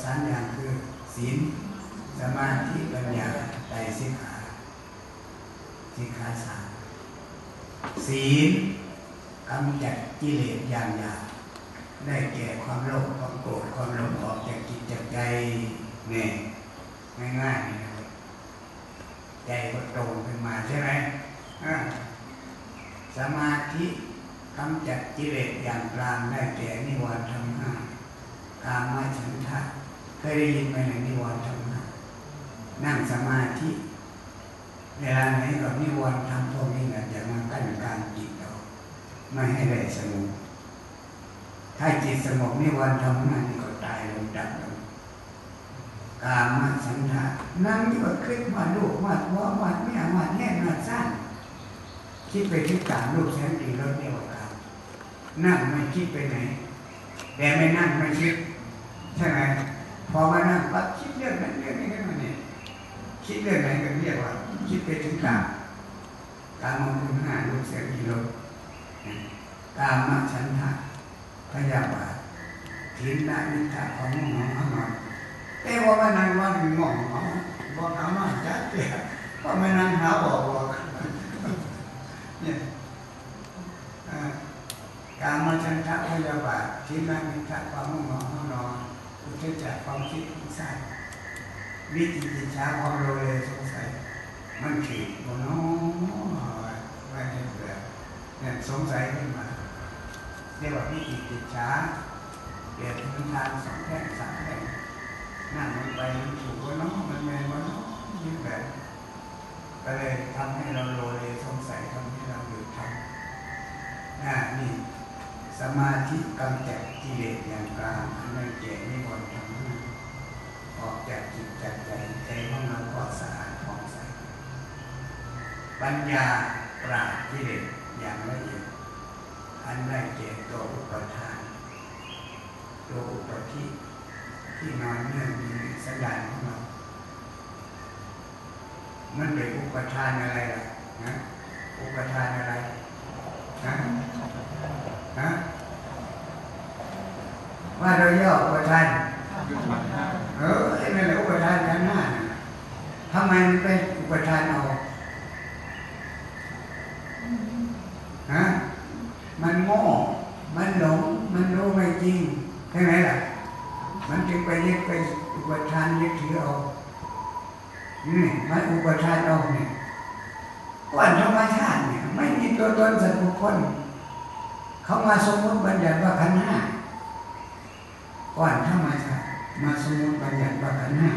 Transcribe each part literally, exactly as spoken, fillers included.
ามอย่างคือศีลสมาธิปัญญาไตรสิกขาสิกขาสามศีลกำจัดกิเลสอย่างหยาบได้แก่ความโลภความโกรธความหลงออกจากจิตจากใจเนี่ยง่ายๆนี่นะใจก็ตรงขึ้นมาใช่ไหมสมาธิกำจัดกิเลสอย่างกลางได้แก่นิวรณ์ทั้งห้ากามฉันทะเคยได้ยินไหมในนิวรณ์ทั้งห้านั่งสมาธิเวลาไหนกับนิวรณ์ทำพวกนี้นะอย่ามากั้นกลางจิตเราไม่ให้ได้สงบถ้าจิตสงบนิวรณ์ทำงานนี่ก็ตายลงดับลงกามฉันทะนั่งนี่ก็คิดว่าลูกว่าพ่อว่าแม่ว่าแง่ว่าสั้นคิดไปที่กามลูกแสนดีรถเดียวกันนั่งไม่คิดไปไหนแต่ไม่นั่งไม่คิดใช่ไหมพอมานั่งปั๊บคิดเรื่องนั้นเรื่องนี้ขึ้นมาเนี่ยคิดเรื่องไหนก็เรียกว่าคิดไปถึงกามกามมคุณห้าลูกแสนดีรถกามฉันทะพยาบาททินนานิทะของหมอหมอแต่ว่ามานั่งว่าหมอหมอบอกหามาจัดเสียก็ไม่นั่งหาบอกบอกเนี่ยการมาชันทะพยาบาททินนานิทะความหมอหมอนอุทจักความคิดสร้างวิจิกิจฉาความโลเลสงสัยมันขีดบนน้องไม่ได้แบบเนี่ยสงสัยขึ้นมาเรียกว่าวิจิกิจฉาเปลี่ยนเป็นทางสองแท่งสามแท่งนั่งมันไปมันถูกว่าน้องมันแมนว่าน้องยิ่งแบบก็เลยทำให้เราโลเลสงสัยทำให้เราหยุดทำน่านี่สมาธิกำจัดกิเลสอย่างกลางอันนั้นแก่นิวรณ์ทั้งห้าออกจากจิตจากใจใจของเราก็สะอาดผ่องใสปัญญาปราบกิเลสอย่างละเอียดอันได้แก่ตัวอุปทานตัวอุปธิที่นอนเนื่องมีสันดานของเรามันเป็นอุปทานอะไรล่ะนะอุปทานอะไรนะนะว่าเราย่ออุปทานเออไอ้นั่นแหละอุปทานขันธ์ห้าทำไมมันเป็นอุปทานเอาฮะมันโง่มันหลงมันรู้ไม่จริงใช่ไหมล่ะมันจึงไปยึดไปอุปทานยึดถือเอานี่มันอุปทานเอาเนี่ยก่อนธรรมชาติเนี่ยไม่มีตัวตนสัตว์บุคคลเขามาสมมติบัญญัติว่าขันธ์ห้าก่อนธรรมชาติมาสมมติบัญญัติว่าขันธ์ห้า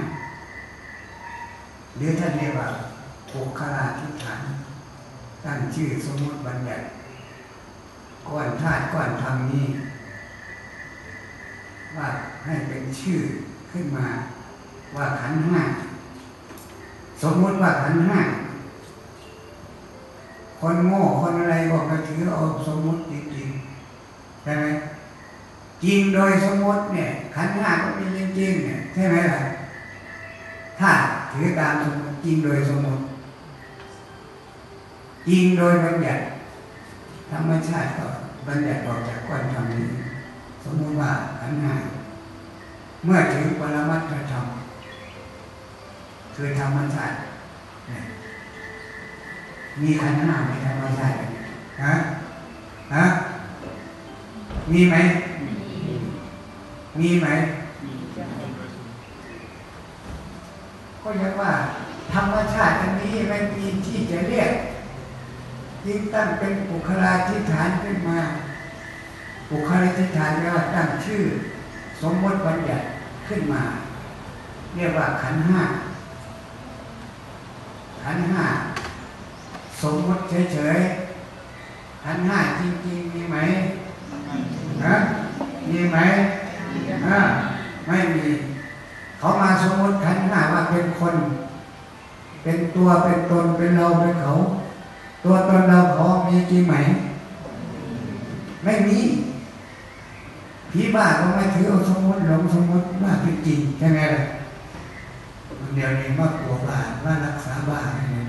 หรือท่านเรียกว่าปุคลาธิฐานตั้งชื่อสมมติบัญญัติก้อนธาตุก้อนธรรมนี้ว่าให้เป็นชื่อขึ้นมาว่าขันธ์ห้าสมมติว่าขันธ์ห้าคนโง่คนอะไรบอกไปถือเอาสมมติจริงๆใช่ไหมจริงโดยสมมติเนี่ยขันธ์ห้าก็เป็นจริงๆเนี่ยใช่ไหมล่ะถ้าถือตามสมมติจริงโดยสมมติจริงโดยบัญญัติธรรมชาติก็บัญญัติออกจากก้อนธรรมนี้สมมติว่าขันธ์ห้าเมื่อถึงปรมัตถธรรมคือธรรมชาติมีขันธ์ห้าในธรรมชาติฮะฮะมีไหมมีไหมก็เรียกว่าธรรมชาติอันนี้ไม่มีที่จะเรียกยิ่งตั้งเป็นปุคลาธิฐานขึ้นมาปุคลาธิฐานแปลว่าตั้งชื่อสมมติบัญญัติขึ้นมาเรียกว่าขันธ์ห้าขันธ์ห้าสมมติเฉยๆขันธ์ห้าจริงๆมีไหมฮะมีไหมฮะไม่มีเขามาสมมติขันธ์ห้าว่าเป็นคนเป็นตัวเป็นตนเป็นเราเป็นเขาตัวตนเราเขามีจริงไหมไม่มีผีบ้าก็ไม่ถือเอาสมมติหลงสมมติว่าเป็นจริงใช่ไหมล่ะเดี๋ยวนี้ว่ากลัวบ้าว่ารักษาบ้าเนี่ย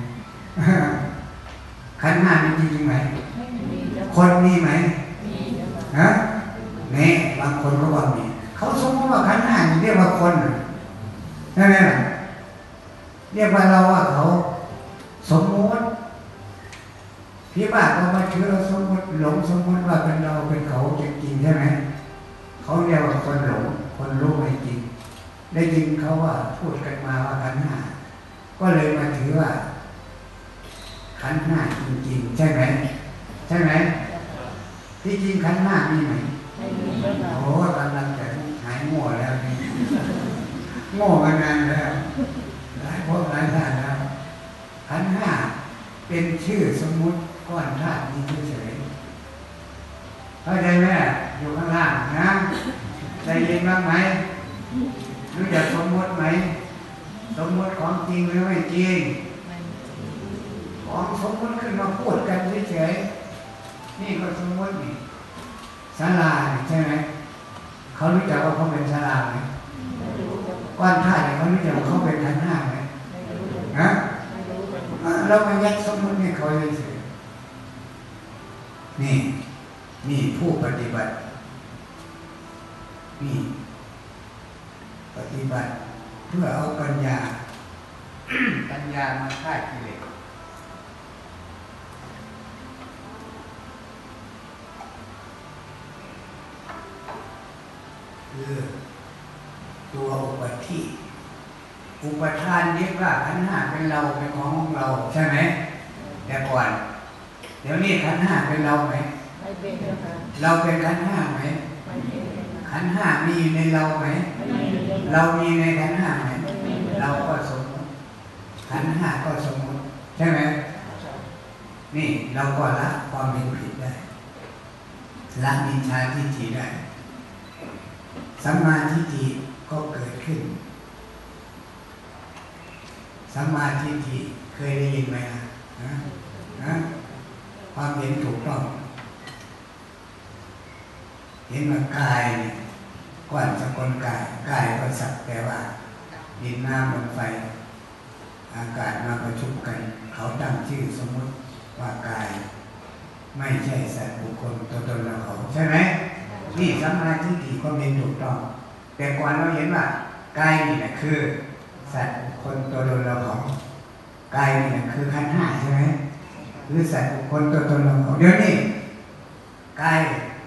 ขันธ์ห้ามีจริงไหมคนมีไหมฮะเนี่ยบางคนก็ว่ามีเขาสมมติว่าขันธ์ห้ามีเรียกว่าคนใช่ไหมเรียกว่าเราว่าเขาสมมติพี่บ้าเขามาถือเราสมมติหลงสมมติว่าเป็นเราเป็นเขาจริงๆใช่ไหมเขาเรียกว่าคนหลงคนรู้ไม่จริงได้ยินเขาว่าพูดกันมาว่าขันธ์ห้าก็เลยมาถือว่าขันธ์ห้าจริงๆใช่ไหมใช่ไหมที่จริงขันธ์ห้ามีไหมโอ้กำลังจะหายโง่แล้วนี่โง่มานานแล้วหลายพวกหลายท่านแล้วขันธ์ห้าเป็นชื่อสมมุติก้อนธาตุนี้เฉยๆเข้าใจไหมอยู่ข้างล่างนะได้ยินบ้างไหมรู้จักสมมุติไหมสมมุติของจริงหรือไม่จริงของสมมุติขึ้นมาพูดกันเฉยๆนี่ก็สมมุตินี่ศาลาใช่ไหมเขารู้จักว่าเขาเป็นศาลาไหมก้อนธาตุเขารู้จักว่าเขาเป็นขันธ์ห้าไหมนะเรามายัดสมมุติให้เขาเฉยๆนี่นี่ผู้ปฏิบัตินี่ปฏิบัติเพื่อเอาปัญญา ปัญญามาฆ่ากิเลสคือตัวอุปธิอุปทานเรียกว่าขันธ์ห้าเป็นเราเป็นของของเราใช่ไหมแต่ก่อนเดี๋ยวนี้ขันธ์ห้าเป็นเราไหมไม่เป็นค่ะเราเป็นขันธ์ห้าไหมไม่เป็นขันธ์ห้ามีในเราไหมเรามีในขันธ์ห้าไหมเราก็สมมติขันธ์ห้าก็สมมติใช่ไหมนี่เราก็ละความเป็นผิดได้ละมิจฉาทิฏฐิได้สัมมาทิฏฐิก็เกิดขึ้นสัมมาทิฏฐิเคยได้ยินไหมนะนะความเห็นถูกต้องเห็นว่ากายเนี่ยก้อนสกุลกายกายก็สักแต่ว่าดินน้ำลมไฟอากาศมาประชุมกันเขาตั้งชื่อสมมติว่ากายไม่ใช่สัตว์บุคคลตัวตนเราเขาใช่ไหมนี่สัมมาทิฏฐิก็เป็นถูกต้องแต่ก่อนเราเห็นว่ากายนี่แหละคือสัตว์บุคคลตัวตนเราเขากายนี่แหละคือขันธ์ห้าใช่ไหมหรือสัตว์บุคคลตัวตนเราเขาเดี๋ยวนี้กาย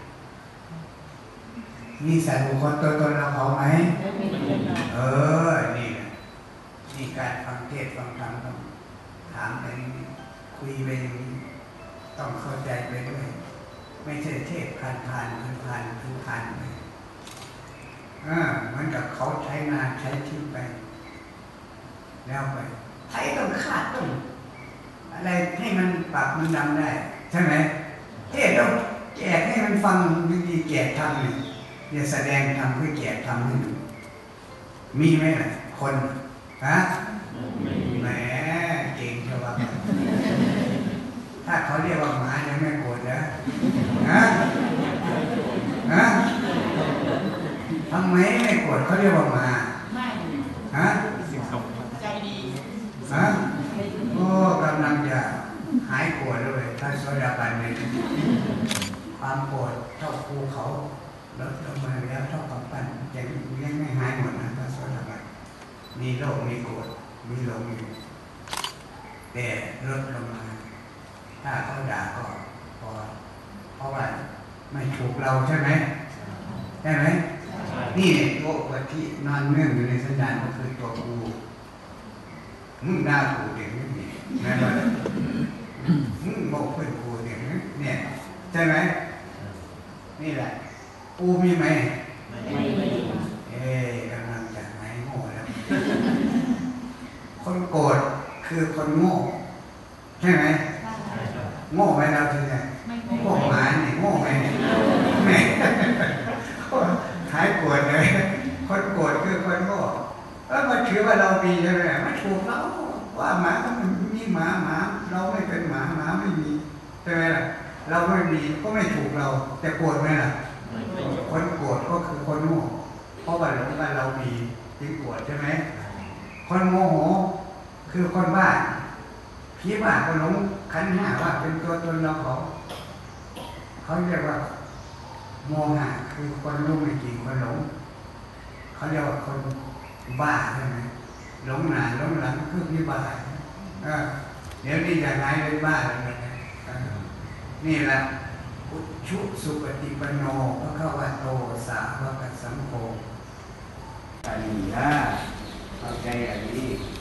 มีสัตว์บุคคลตัวตนเราเขาไหมเออนี่นะนี่การฟังเทศน์ฟังธรรมต้องถามไปคุยไปอย่างนี้ต้องเข้าใจไปด้วยไม่ใช่เทศผ่านผ่านผ่านผ่านผ่านผ่านไปอ่าเหมือนกับเขาใช้งานใช้ทิ้งไปแล้วไปไทยต้องขาดต้องอะไรให้มันปรับมันดำได้ใช่ไหมเทศต้องแจกให้มันฟังดีๆแจกทำเลยอย่าแสดงทำเพื่อแจกทำให้ดูมีไหมล่ะคนฮะแหมเก่งเชียวว่าถ้าเขาเรียกว่าหมายังไม่โกรธนะฮะฮะทำไมไม่โกรธเขาเรียกว่าหมาฮะใจดีฮะโอ้กำลังจะหายโกรธเลยถ้าโซดาบันเลยความโกรธเท่าภูเขาลดลงมาแล้วเท่ากับปั้นยังยังไม่หายหมดนะพระโสดาบันมีโลภมีโกรธมีหลงอยู่แต่ลดลงมาถ้าเขาด่าก็พอเพราะว่าไม่ถูกเราใช่ไหมใช่ไหมนี่ตัวอุปธินอนเนื่องอยู่ในสัญญาณก็คือตัวกูมึงด่ากูเด็กนี่นะว่ามึงบอกเพื่อนกูเด็กนี่เนี่ยใช่ไหมนี่แหละกูมีไหมไม่มีเอ๊กำลังจะหายโง่แล้วคนโกรธคือคนโง่ใช่ไหมโง่ไหมเราทีเนี่ยโง่หมาเนี่ยโง่ไหมแม่หายโกรธเลยคนโกรธคือคนโง่เออมาถือว่าเรามีใช่ไหมไม่ถูกเราว่าหมามันมีหมาหมาเราไม่เป็นหมาหมาไม่มีใช่ไหมล่ะเราไม่มีก็ไม่ถูกเราแต่โกรธไหมล่ะคนโกรธก็คือคนโง่เพราะว่าหลงว่าเรามีจึงโกรธใช่ไหมคนโมโหคือคนบ้าผีบ้าก็หลงขันธ์ห้าว่าเป็นตัวตนเราเขาเขาเรียกว่าโมหะคือคนรู้ไม่จริงคนหลงเขาเรียกว่าคนบ้าใช่ไหมหลงหน้าหลงหลังคือวิบากเออเดี๋ยวนี้จะหายเป็นบ้าแล้วนะนี่แหละอุชุสุปฏิปันโนพระคัมภีโตสาวกสังโฆอันนี้ละเข้าใจอันนี้